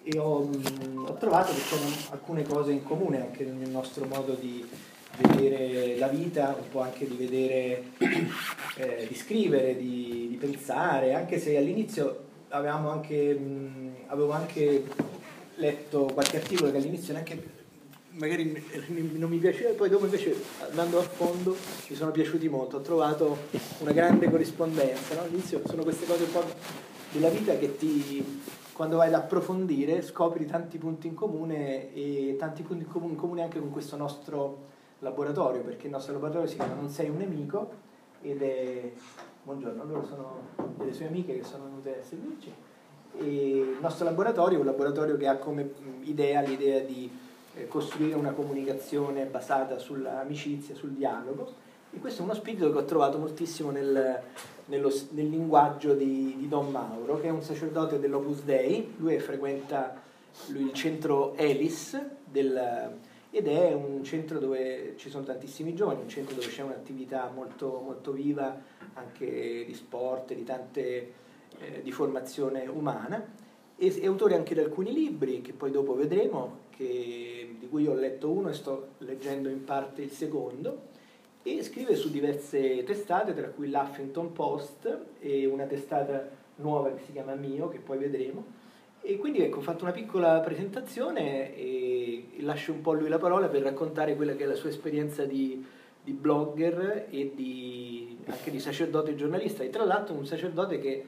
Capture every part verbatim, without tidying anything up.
e ho, mh, ho trovato che c'erano alcune cose in comune anche nel nostro modo di vedere la vita, un po' anche di vedere, eh, di scrivere, di, di pensare, anche se all'inizio avevamo anche, mh, avevo anche letto qualche articolo che all'inizio neanche magari non mi piaceva, e poi dopo invece andando a fondo mi sono piaciuti molto, ho trovato una grande corrispondenza, no? All'inizio sono queste cose un po' della vita che ti, quando vai ad approfondire scopri tanti punti in comune e tanti punti in comune anche con questo nostro laboratorio, perché il nostro laboratorio si chiama Non sei un nemico ed è, buongiorno, loro sono delle sue amiche che sono venute a seguirci, e il nostro laboratorio è un laboratorio che ha come idea l'idea di costruire una comunicazione basata sull'amicizia, sul dialogo, e questo è uno spirito che ho trovato moltissimo nel, nello, nel linguaggio di, di Don Mauro, che è un sacerdote dell'Opus Dei. Lui frequenta lui, il centro Elis del, ed è un centro dove ci sono tantissimi giovani, un centro dove c'è un'attività molto, molto viva anche di sport, di tante eh, di formazione umana. È autore anche di alcuni libri che poi dopo vedremo, che, di cui ho letto uno e sto leggendo in parte il secondo, e scrive su diverse testate, tra cui l'Huffington Post e una testata nuova che si chiama Mio, che poi vedremo. E quindi ecco, ho fatto una piccola presentazione e lascio un po' lui la parola per raccontare quella che è la sua esperienza di, di blogger e di, anche di sacerdote e giornalista, e tra l'altro un sacerdote che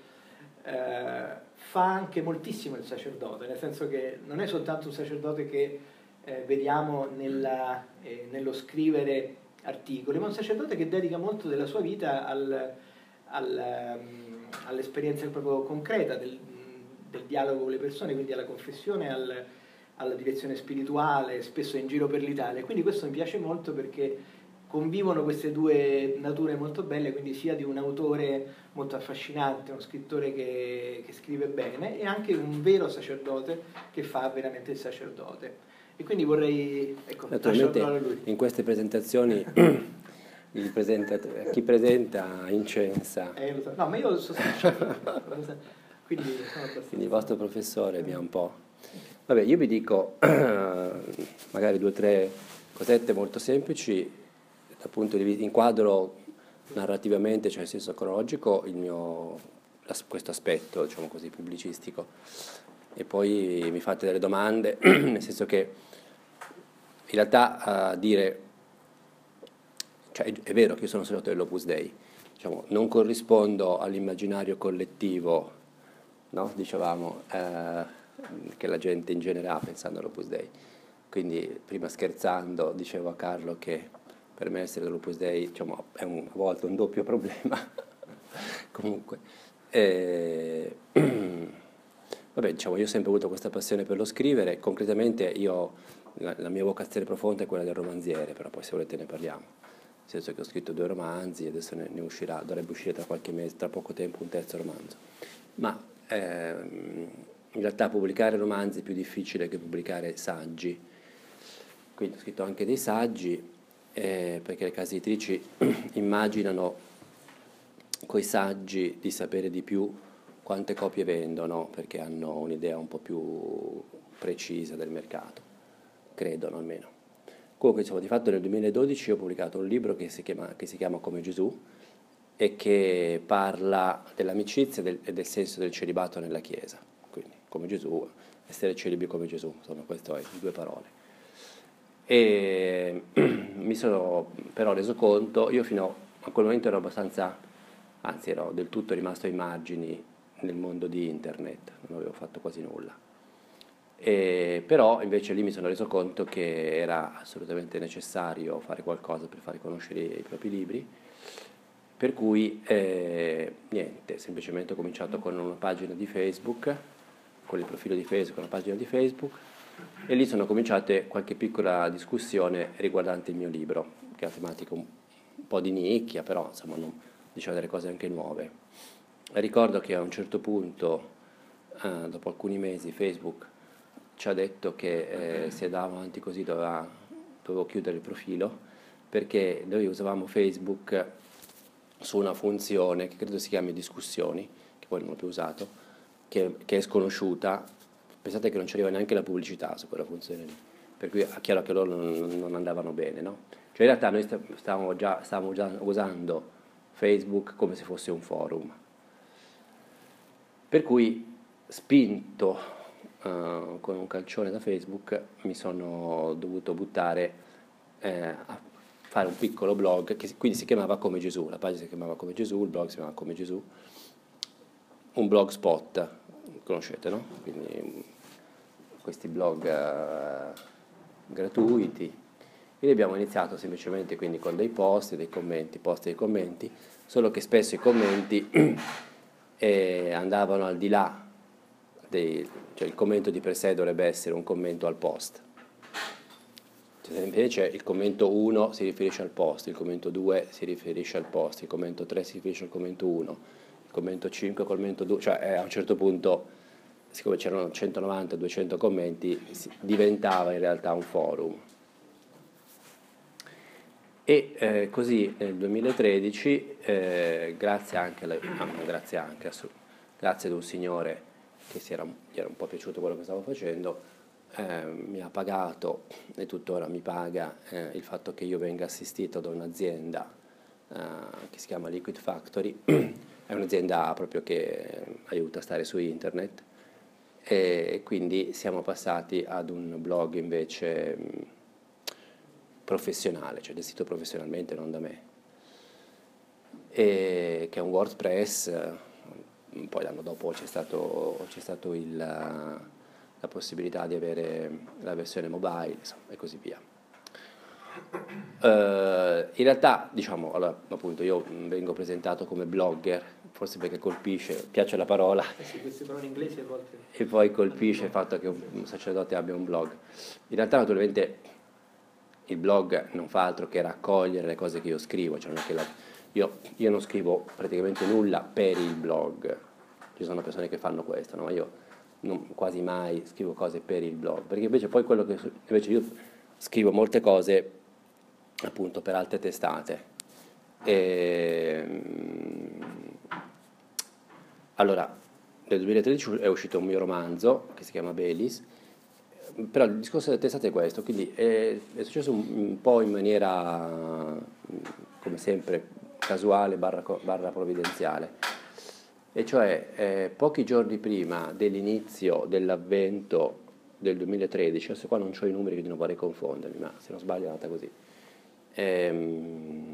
eh, fa anche moltissimo il sacerdote, nel senso che non è soltanto un sacerdote che eh, vediamo nella, eh, nello scrivere articoli, ma un sacerdote che dedica molto della sua vita al, al, um, all'esperienza proprio concreta del, del dialogo con le persone, quindi alla confessione, al, alla direzione spirituale, spesso in giro per l'Italia. Quindi questo mi piace molto perché convivono queste due nature molto belle, quindi sia di un autore molto affascinante, uno scrittore che, che scrive bene, e anche un vero sacerdote che fa veramente il sacerdote. E quindi vorrei, ecco, naturalmente lasciarlo a lui. In queste presentazioni il presenta, chi presenta incensa. Eh, lo so. No, ma io sono stato quindi sono abbastanza. Quindi il vostro professore mi ha un po'. Vabbè, io vi dico magari due o tre cosette molto semplici dal punto di vista, inquadro narrativamente, cioè nel senso cronologico, il mio, questo aspetto, diciamo così, pubblicistico, e poi mi fate delle domande, nel senso che in realtà a dire, cioè è, è vero che io sono sacerdote dell'Opus Dei, diciamo, non corrispondo all'immaginario collettivo, no? Dicevamo, eh, che la gente in genere ha pensando all'Opus Dei. Quindi prima scherzando dicevo a Carlo che per me essere dell'Opus Dei, diciamo, è un, a volte un doppio problema. Comunque, eh, vabbè, diciamo, io ho sempre avuto questa passione per lo scrivere. Concretamente io, la, la mia vocazione profonda è quella del romanziere, però poi se volete ne parliamo. Nel senso che ho scritto due romanzi, adesso ne, ne uscirà, dovrebbe uscire tra qualche mese, tra poco tempo, un terzo romanzo. Ma ehm, in realtà pubblicare romanzi è più difficile che pubblicare saggi. Quindi ho scritto anche dei saggi, eh, perché le case editrici immaginano coi saggi di sapere di più quante copie vendono, perché hanno un'idea un po' più precisa del mercato, credono almeno. Comunque, insomma, di fatto nel duemiladodici ho pubblicato un libro che si chiama, che si chiama Come Gesù, e che parla dell'amicizia e del, del senso del celibato nella Chiesa. Quindi, come Gesù, essere celibi come Gesù, insomma, questo è, due parole. E mi sono però reso conto, io fino a quel momento ero abbastanza, anzi ero del tutto rimasto ai margini nel mondo di internet, non avevo fatto quasi nulla. E però invece lì mi sono reso conto che era assolutamente necessario fare qualcosa per fare conoscere i propri libri, per cui eh, niente, semplicemente ho cominciato con una pagina di Facebook, con il profilo di Facebook, una pagina di Facebook, e lì sono cominciate qualche piccola discussione riguardante il mio libro, che è una tematica un, un po' di nicchia, però insomma non, diceva delle cose anche nuove. E ricordo che a un certo punto, eh, dopo alcuni mesi, Facebook ci ha detto che eh, se andava avanti così doveva, dovevo chiudere il profilo, perché noi usavamo Facebook su una funzione che credo si chiami discussioni, che poi non ho più usato, che, che è sconosciuta, pensate che non c'era neanche la pubblicità su quella funzione lì, per cui è chiaro che loro non, non andavano bene, no? Cioè in realtà noi stavamo già, stavamo già usando Facebook come se fosse un forum, per cui spinto uh, con un calcione da Facebook mi sono dovuto buttare eh, a fare un piccolo blog che quindi si chiamava Come Gesù, la pagina si chiamava Come Gesù, il blog si chiamava Come Gesù, un blogspot, conoscete, no? Quindi questi blog uh, gratuiti. Quindi abbiamo iniziato semplicemente quindi con dei post, dei commenti, post e commenti, solo che spesso i commenti eh, andavano al di là dei, cioè il commento di per sé dovrebbe essere un commento al post. Cioè, invece il commento uno si riferisce al post, il commento due si riferisce al post, il commento tre si riferisce al commento uno, il commento cinque al commento due, cioè eh, a un certo punto, siccome c'erano centonovanta duecento commenti, diventava in realtà un forum. E eh, così nel duemilatredici, eh, grazie anche, alla, no, grazie anche, grazie ad un signore che si era, gli era un po' piaciuto quello che stavo facendo, eh, mi ha pagato e tuttora mi paga eh, il fatto che io venga assistito da un'azienda eh, che si chiama Liquid Factory, è un'azienda proprio che aiuta a stare su internet, e quindi siamo passati ad un blog invece professionale, cioè gestito professionalmente, non da me, e che è un WordPress. Poi l'anno dopo c'è stato, c'è stato il, la possibilità di avere la versione mobile, insomma, e così via. Uh, in realtà, diciamo, allora, appunto, io vengo presentato come blogger, forse perché colpisce, piace la parola, eh sì, queste parole inglesi a volte, e poi colpisce il fatto che un sacerdote abbia un blog. In realtà, naturalmente, il blog non fa altro che raccogliere le cose che io scrivo, cioè non è che la, io, io non scrivo praticamente nulla per il blog, ci sono persone che fanno questo, no? Io non, quasi mai scrivo cose per il blog, perché invece poi quello che invece io scrivo molte cose appunto per altre testate. E, allora, nel duemilatredici è uscito un mio romanzo che si chiama Belis. Però il discorso delle testate è questo, quindi è, è successo un, un po' in maniera, come sempre, casuale barra, barra provvidenziale, e cioè eh, pochi giorni prima dell'inizio dell'avvento del duemilatredici, adesso qua non ho i numeri quindi non vorrei confondermi, ma se non sbaglio è andata così, ehm,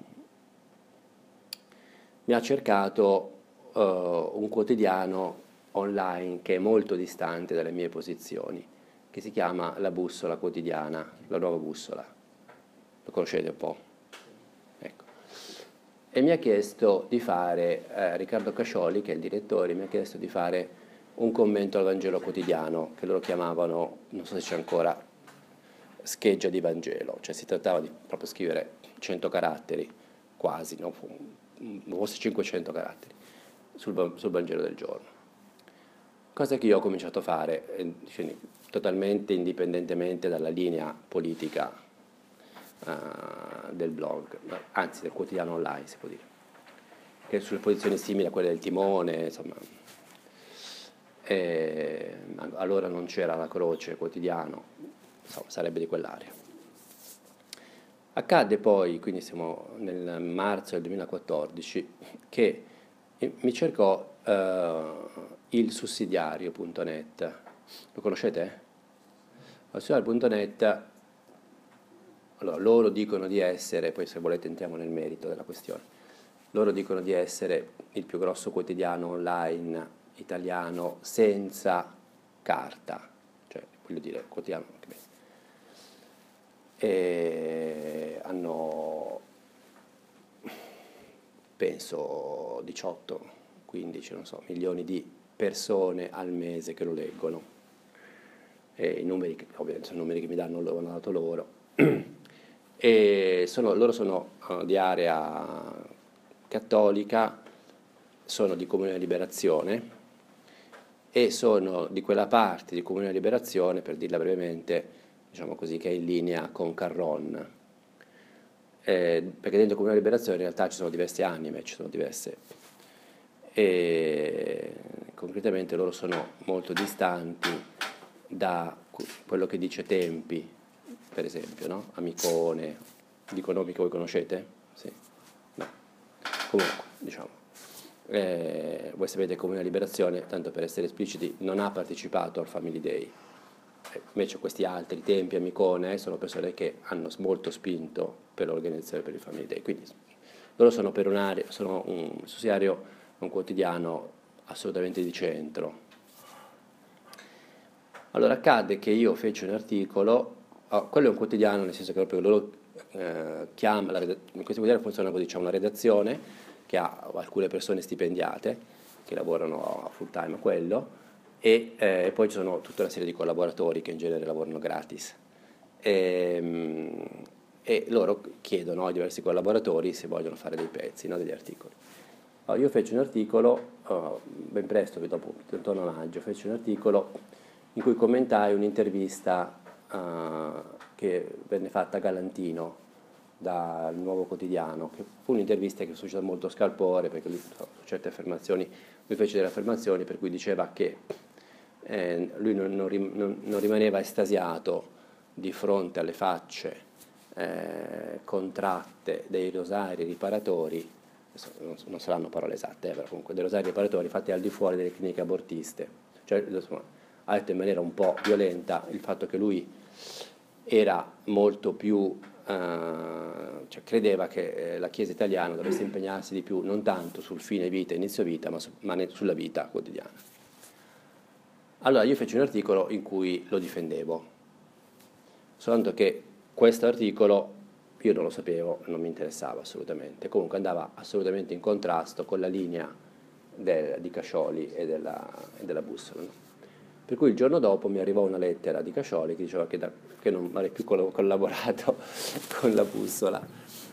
mi ha cercato uh, un quotidiano online che è molto distante dalle mie posizioni, che si chiama La Bussola Quotidiana, La Nuova Bussola. Lo conoscete un po'? Ecco. E mi ha chiesto di fare, eh, Riccardo Cascioli, che è il direttore, mi ha chiesto di fare un commento al Vangelo quotidiano, che loro chiamavano, non so se c'è ancora, scheggia di Vangelo, cioè si trattava di proprio scrivere cento caratteri, quasi, no? Forse cinquecento caratteri, sul, sul Vangelo del giorno. Cosa che io ho cominciato a fare, eh, totalmente indipendentemente dalla linea politica uh, del blog, anzi del quotidiano online si può dire, che è sulle posizioni simili a quelle del Timone, insomma. E, allora non c'era la Croce quotidiano, insomma sarebbe di quell'area. Accadde poi, quindi siamo nel marzo del duemilaquattordici, che mi cercò uh, il sussidiario punto net. Lo conoscete? Il sussidiario punto net, allora, loro dicono di essere, poi se volete entriamo nel merito della questione, loro dicono di essere il più grosso quotidiano online italiano senza carta, cioè voglio dire quotidiano, e hanno penso diciotto quindici non so, milioni di persone al mese che lo leggono, e i numeri che ovviamente sono numeri che mi danno, lo hanno dato loro, e sono, loro sono uh, di area cattolica, sono di Comunione Liberazione e sono di quella parte di Comunione Liberazione, per dirla brevemente, diciamo così, che è in linea con Carron, eh, perché dentro Comunione Liberazione in realtà ci sono diverse anime, ci sono diverse, e concretamente loro sono molto distanti da quello che dice Tempi, per esempio, no? Amicone, dico nomi che voi conoscete? Sì. No. Comunque, diciamo, eh, voi sapete che Comune Liberazione, tanto per essere espliciti, non ha partecipato al Family Day. Eh, invece questi altri, Tempi, Amicone, sono persone che hanno molto spinto per l'organizzazione per il Family Day. Quindi loro sono per un'area, sono un Sussidiario, un quotidiano assolutamente di centro. Allora accade che io feci un articolo, oh, quello è un quotidiano, nel senso che proprio loro eh, chiama, la in questo quotidiano funziona così, c'è una redazione che ha alcune persone stipendiate che lavorano a full time a quello e eh, poi ci sono tutta una serie di collaboratori che in genere lavorano gratis e, e loro chiedono ai diversi collaboratori se vogliono fare dei pezzi, no, degli articoli. Allora, io feci un articolo, oh, ben presto, dopo, intorno a maggio, feci un articolo in cui commentai un'intervista uh, che venne fatta a Galantino dal Nuovo Quotidiano, che fu un'intervista che suscitò molto scalpore perché lui, so, certe affermazioni, lui fece delle affermazioni per cui diceva che eh, lui non, non, non, non rimaneva estasiato di fronte alle facce eh, contratte dei rosari riparatori, non, non saranno parole esatte, eh, però comunque dei rosari riparatori fatti al di fuori delle cliniche abortiste, cioè insomma, ha detto in maniera un po' violenta il fatto che lui era molto più, eh, cioè credeva che eh, la Chiesa italiana dovesse impegnarsi di più non tanto sul fine vita, inizio vita, ma, su, ma ne, sulla vita quotidiana. Allora io feci un articolo in cui lo difendevo, soltanto che questo articolo io non lo sapevo, non mi interessava assolutamente, comunque andava assolutamente in contrasto con la linea del, di Cascioli e della, e della Bussola, no? Per cui il giorno dopo mi arrivò una lettera di Cascioli che diceva che, da, che non avrei più collaborato con la Bussola,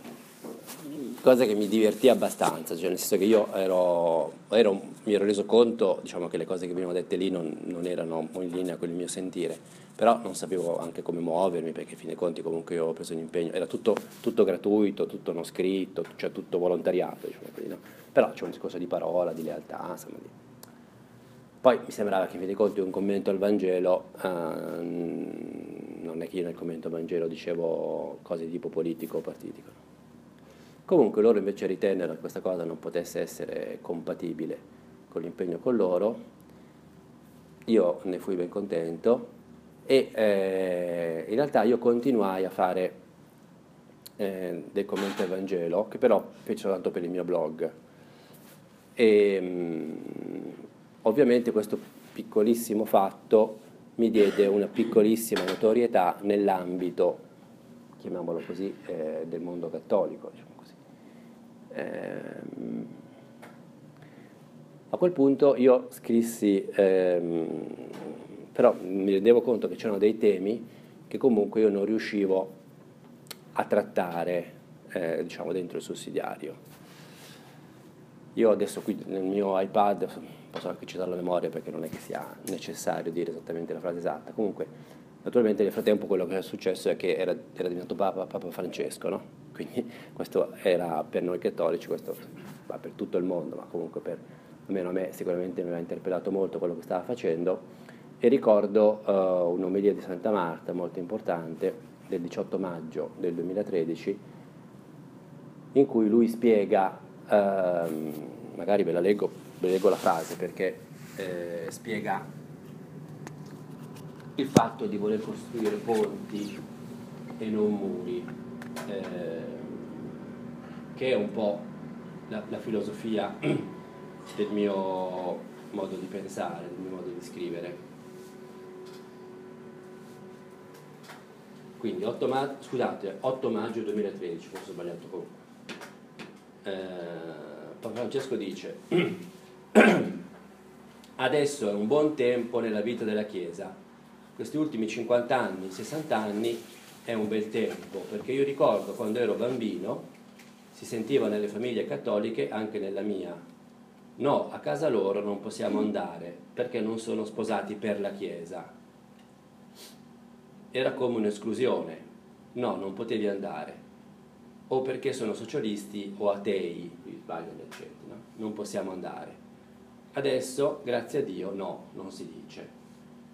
cosa che mi divertì abbastanza, cioè nel senso che io ero, ero, mi ero reso conto, diciamo, che le cose che venivano dette lì non, non erano in linea con il mio sentire, però non sapevo anche come muovermi, perché a fin dei conti comunque io ho preso un impegno, era tutto, tutto gratuito, tutto non scritto, cioè tutto volontariato, diciamo così, no? Però c'è un discorso di parola, di lealtà, insomma, di... Poi mi sembrava che, in fin dei conti, un commento al Vangelo, eh, non è che io nel commento al Vangelo dicevo cose di tipo politico o partitico. Comunque loro invece ritennero che questa cosa non potesse essere compatibile con l'impegno con loro, io ne fui ben contento e eh, in realtà io continuai a fare eh, dei commenti al Vangelo, che però feci soltanto per il mio blog. E, mh, ovviamente questo piccolissimo fatto mi diede una piccolissima notorietà nell'ambito, chiamiamolo così, eh, del mondo cattolico, diciamo così. Ehm, a quel punto io scrissi, ehm, però mi rendevo conto che c'erano dei temi che comunque io non riuscivo a trattare, eh, diciamo, dentro il sussidiario. Io adesso qui nel mio iPad posso anche citarlo a memoria perché non è che sia necessario dire esattamente la frase esatta. Comunque, naturalmente nel frattempo quello che è successo è che era, era diventato Papa, Papa Francesco, no? Quindi questo era per noi cattolici, questo va per tutto il mondo, ma comunque per, almeno a me sicuramente mi aveva interpellato molto quello che stava facendo. E ricordo uh, un'omelia di Santa Marta molto importante del diciotto maggio del duemilatredici in cui lui spiega, Uh, magari ve la leggo, ve leggo la frase perché eh, spiega il fatto di voler costruire ponti e non muri, eh, che è un po' la, la filosofia del mio modo di pensare, del mio modo di scrivere. Quindi otto maggio, scusate, otto maggio duemilatredici, forse ho sbagliato comunque. Eh, Papa Francesco dice: adesso è un buon tempo nella vita della Chiesa, questi ultimi cinquanta anni, sessanta anni è un bel tempo, perché io ricordo quando ero bambino si sentiva nelle famiglie cattoliche, anche nella mia, no, a casa loro non possiamo andare perché non sono sposati per la Chiesa. Era come un'esclusione, no, non potevi andare, o perché sono socialisti o atei, qui sbaglio gli accenti, no? Non possiamo andare. Adesso, grazie a Dio, no, non si dice.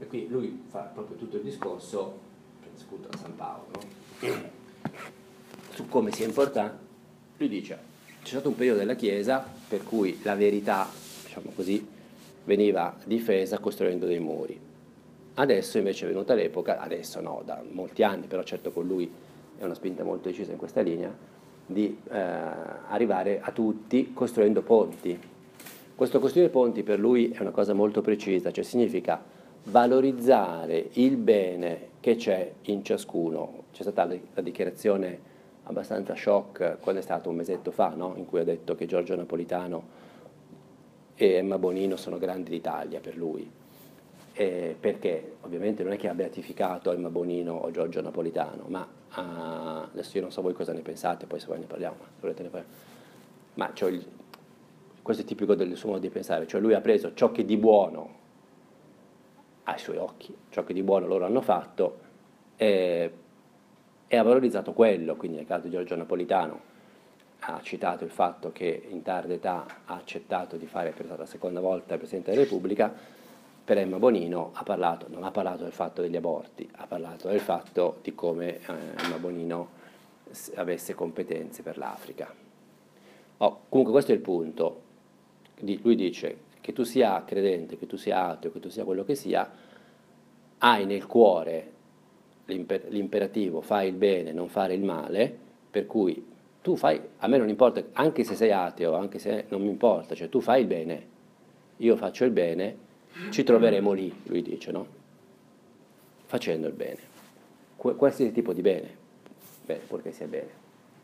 E qui lui fa proprio tutto il discorso, prende spunto da San Paolo, no? Su come sia importante. Lui dice, c'è stato un periodo della Chiesa per cui la verità, diciamo così, veniva difesa costruendo dei muri. Adesso invece è venuta l'epoca, adesso no, da molti anni, però certo con lui è una spinta molto decisa in questa linea, di eh, arrivare a tutti costruendo ponti. Questo costruire ponti per lui è una cosa molto precisa, cioè significa valorizzare il bene che c'è in ciascuno. C'è stata la, la dichiarazione abbastanza shock quando è stato un mesetto fa, no? In cui ha detto che Giorgio Napolitano e Emma Bonino sono grandi d'Italia per lui, eh, perché ovviamente non è che ha beatificato Emma Bonino o Giorgio Napolitano, ma uh, adesso io non so voi cosa ne pensate, poi se voi ne parliamo, ma, volete ne parliamo. Ma cioè, il, questo è tipico del suo modo di pensare, cioè lui ha preso ciò che di buono ai suoi occhi, ciò che di buono loro hanno fatto e, e ha valorizzato quello, quindi nel caso di Giorgio Napolitano ha citato il fatto che in tarda età ha accettato di fare per la seconda volta il Presidente della Repubblica. Per Emma Bonino ha parlato, non ha parlato del fatto degli aborti, ha parlato del fatto di come eh, Emma Bonino avesse competenze per l'Africa. Oh, comunque questo è il punto. Lui dice che tu sia credente, che tu sia ateo, che tu sia quello che sia, hai nel cuore l'imper- l'imperativo fai il bene, non fare il male, per cui tu fai, a me non importa, anche se sei ateo, anche se non mi importa, cioè tu fai il bene, io faccio il bene, ci troveremo lì, lui dice, no? Facendo il bene. Qu- qualsiasi tipo di bene, bene, purché sia bene.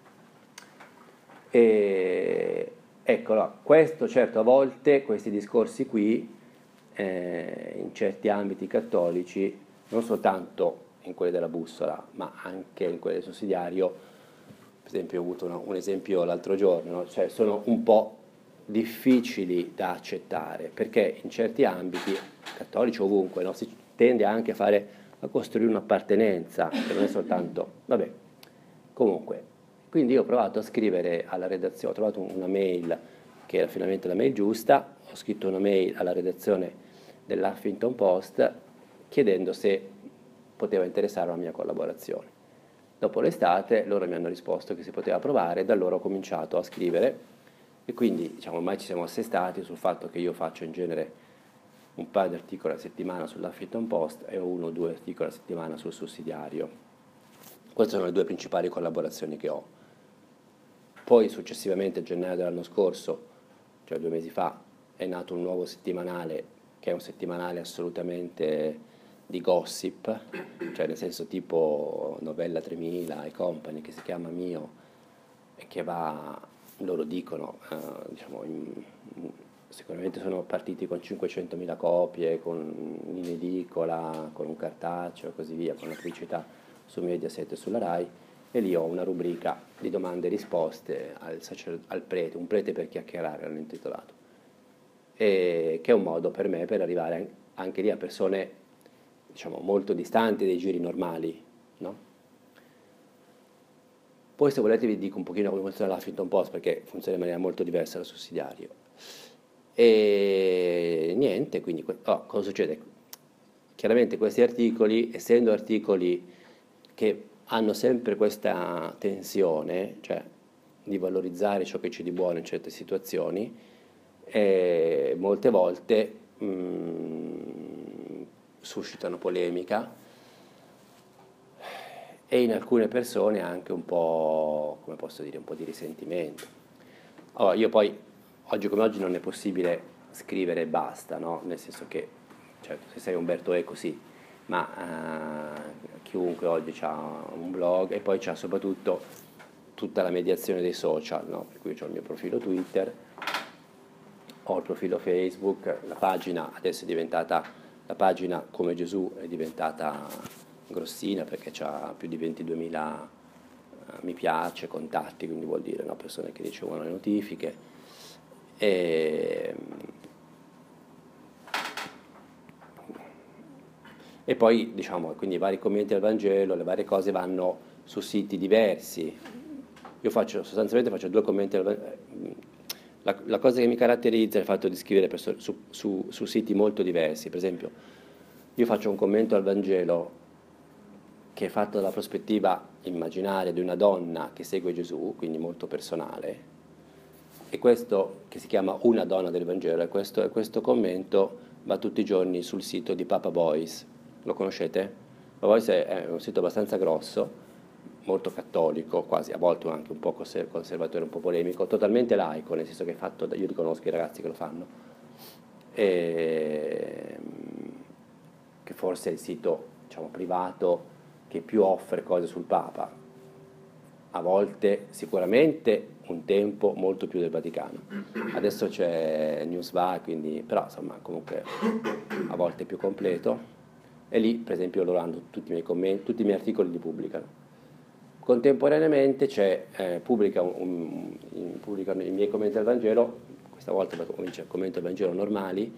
E ecco, no, questo certo a volte, questi discorsi qui, eh, in certi ambiti cattolici, non soltanto in quelli della bussola, ma anche in quelli del sussidiario, per esempio ho avuto una, un esempio l'altro giorno, no? Cioè sono un po' difficili da accettare, perché in certi ambiti, cattolici ovunque, no? Si tende anche a fare, a costruire un'appartenenza, che non è soltanto, vabbè, comunque. Quindi io ho provato a scrivere alla redazione, ho trovato una mail che era finalmente la mail giusta, ho scritto una mail alla redazione dell'Huffington Post chiedendo se poteva interessare la mia collaborazione. Dopo l'estate loro mi hanno risposto che si poteva provare, e da allora ho cominciato a scrivere e quindi diciamo ormai ci siamo assestati sul fatto che io faccio in genere un paio di articoli a settimana sull'Huffington Post e uno o due articoli a settimana sul sussidiario. Queste sono le due principali collaborazioni che ho. Poi successivamente a gennaio dell'anno scorso, cioè due mesi fa, è nato un nuovo settimanale che è un settimanale assolutamente di gossip, cioè nel senso tipo Novella tremila e Company, che si chiama Mio e che va, loro dicono, eh, diciamo, in, sicuramente sono partiti con cinquecentomila copie, con in edicola, con un cartaceo e così via, con la pubblicità su Mediaset e sulla Rai, e lì ho una rubrica di domande e risposte al, sacer- al prete, un prete per chiacchierare l'hanno intitolato, e che è un modo per me per arrivare anche lì a persone, diciamo, molto distanti dai giri normali, no? Poi se volete vi dico un pochino come funziona l'Huffington Post, perché funziona in maniera molto diversa dal sussidiario. E niente, quindi oh, cosa succede? Chiaramente questi articoli, essendo articoli che hanno sempre questa tensione, cioè di valorizzare ciò che c'è di buono in certe situazioni, e molte volte mh, suscitano polemica e in alcune persone anche un po', come posso dire, un po' di risentimento. Allora, io poi, oggi come oggi non è possibile scrivere e basta, no? Nel senso che, cioè, se sei Umberto Eco sì, ma eh, chiunque oggi ha un blog e poi c'ha soprattutto tutta la mediazione dei social, no? Per cui ho il mio profilo Twitter, ho il profilo Facebook, la pagina adesso è diventata, la pagina Come Gesù è diventata grossina perché ha più di ventiduemila uh, mi piace, contatti, quindi vuol dire, no? Persone che ricevono le notifiche. E, e poi diciamo, quindi i vari commenti al Vangelo, le varie cose vanno su siti diversi. Io faccio, sostanzialmente faccio due commenti al Vangelo. La, la cosa che mi caratterizza è il fatto di scrivere per, su, su, su siti molto diversi. Per esempio, io faccio un commento al Vangelo che è fatto dalla prospettiva immaginaria di una donna che segue Gesù, quindi molto personale, e questo che si chiama Una donna del Vangelo, e questo, e questo commento va tutti i giorni sul sito di Papa Bois. Lo conoscete? Papa Bois è, è un sito abbastanza grosso, molto cattolico, quasi a volte anche un po' conservatore, un po' polemico, totalmente laico, nel senso che è fatto da, io riconosco i ragazzi che lo fanno, e, che forse è il sito, diciamo, privato che più offre cose sul Papa, a volte sicuramente un tempo molto più del Vaticano. Adesso c'è Newsbar, quindi, però insomma comunque a volte è più completo, e lì per esempio loro hanno tutti i miei commenti, tutti i miei articoli li pubblicano. Contemporaneamente c'è, eh, pubblica un, un, pubblicano i miei commenti al Vangelo, questa volta comincia il commento al Vangelo normali,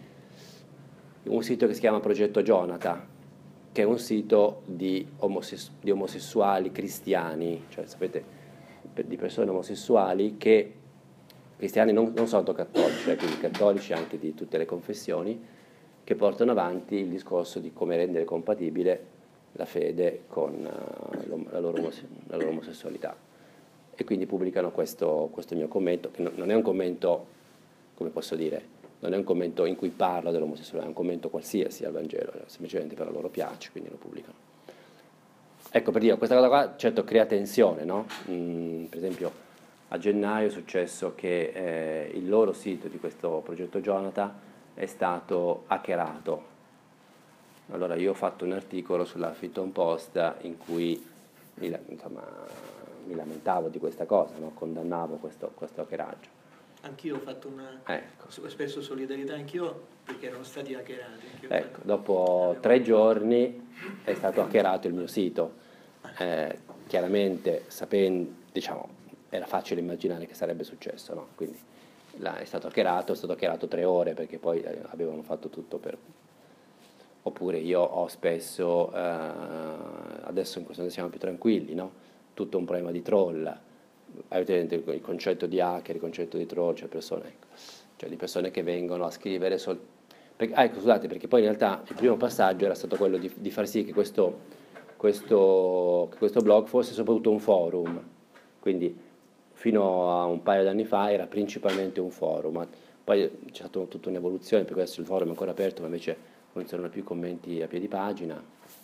un sito che si chiama Progetto Jonathan, che è un sito di, omosessu- di omosessuali cristiani, cioè sapete, per, di persone omosessuali che, cristiani non, non soltanto cattolici, eh, quindi cattolici anche di tutte le confessioni, che portano avanti il discorso di come rendere compatibile la fede con uh, la, loro omose- la loro omosessualità. E quindi pubblicano questo, questo mio commento, che no, non è un commento, come posso dire, non è un commento in cui parlo dell'omosessualità, è un commento qualsiasi al Vangelo, semplicemente per loro piace, quindi lo pubblicano. Ecco, per dire, questa cosa qua certo crea tensione, no? Mm, per esempio a gennaio è successo che eh, il loro sito di questo progetto Jonathan è stato hackerato. Allora io ho fatto un articolo sulla Huffington Post in cui mi, insomma, mi lamentavo di questa cosa, no? Condannavo questo, questo hackeraggio. Anch'io ho fatto una, ecco. spesso solidarietà anch'io perché erano stati hackerati. Ecco, dopo tre giorni è stato hackerato il mio sito, eh, chiaramente sapendo, diciamo, era facile immaginare che sarebbe successo, no? Quindi là è stato hackerato, è stato hackerato tre ore perché poi eh, avevano fatto tutto per... Oppure io ho spesso, eh, adesso in questo momento siamo più tranquilli, no? Tutto un problema di troll. Avete vedete il concetto di hacker, il concetto di troll, cioè persone, ecco, cioè di persone che vengono a scrivere sol- perché, ah, ecco, scusate, perché poi in realtà il primo passaggio era stato quello di, di far sì che questo, questo, che questo blog fosse soprattutto un forum, quindi fino a un paio di anni fa era principalmente un forum, poi c'è stata tutta un'evoluzione, per questo il forum è ancora aperto, ma invece funzionano più commenti a piedi pagina,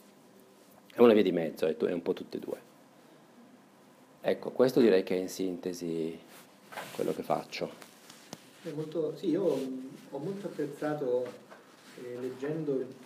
è una via di mezzo, è un po' tutte e due. Ecco, questo direi che è in sintesi quello che faccio. È molto, sì, io ho molto apprezzato, eh, leggendo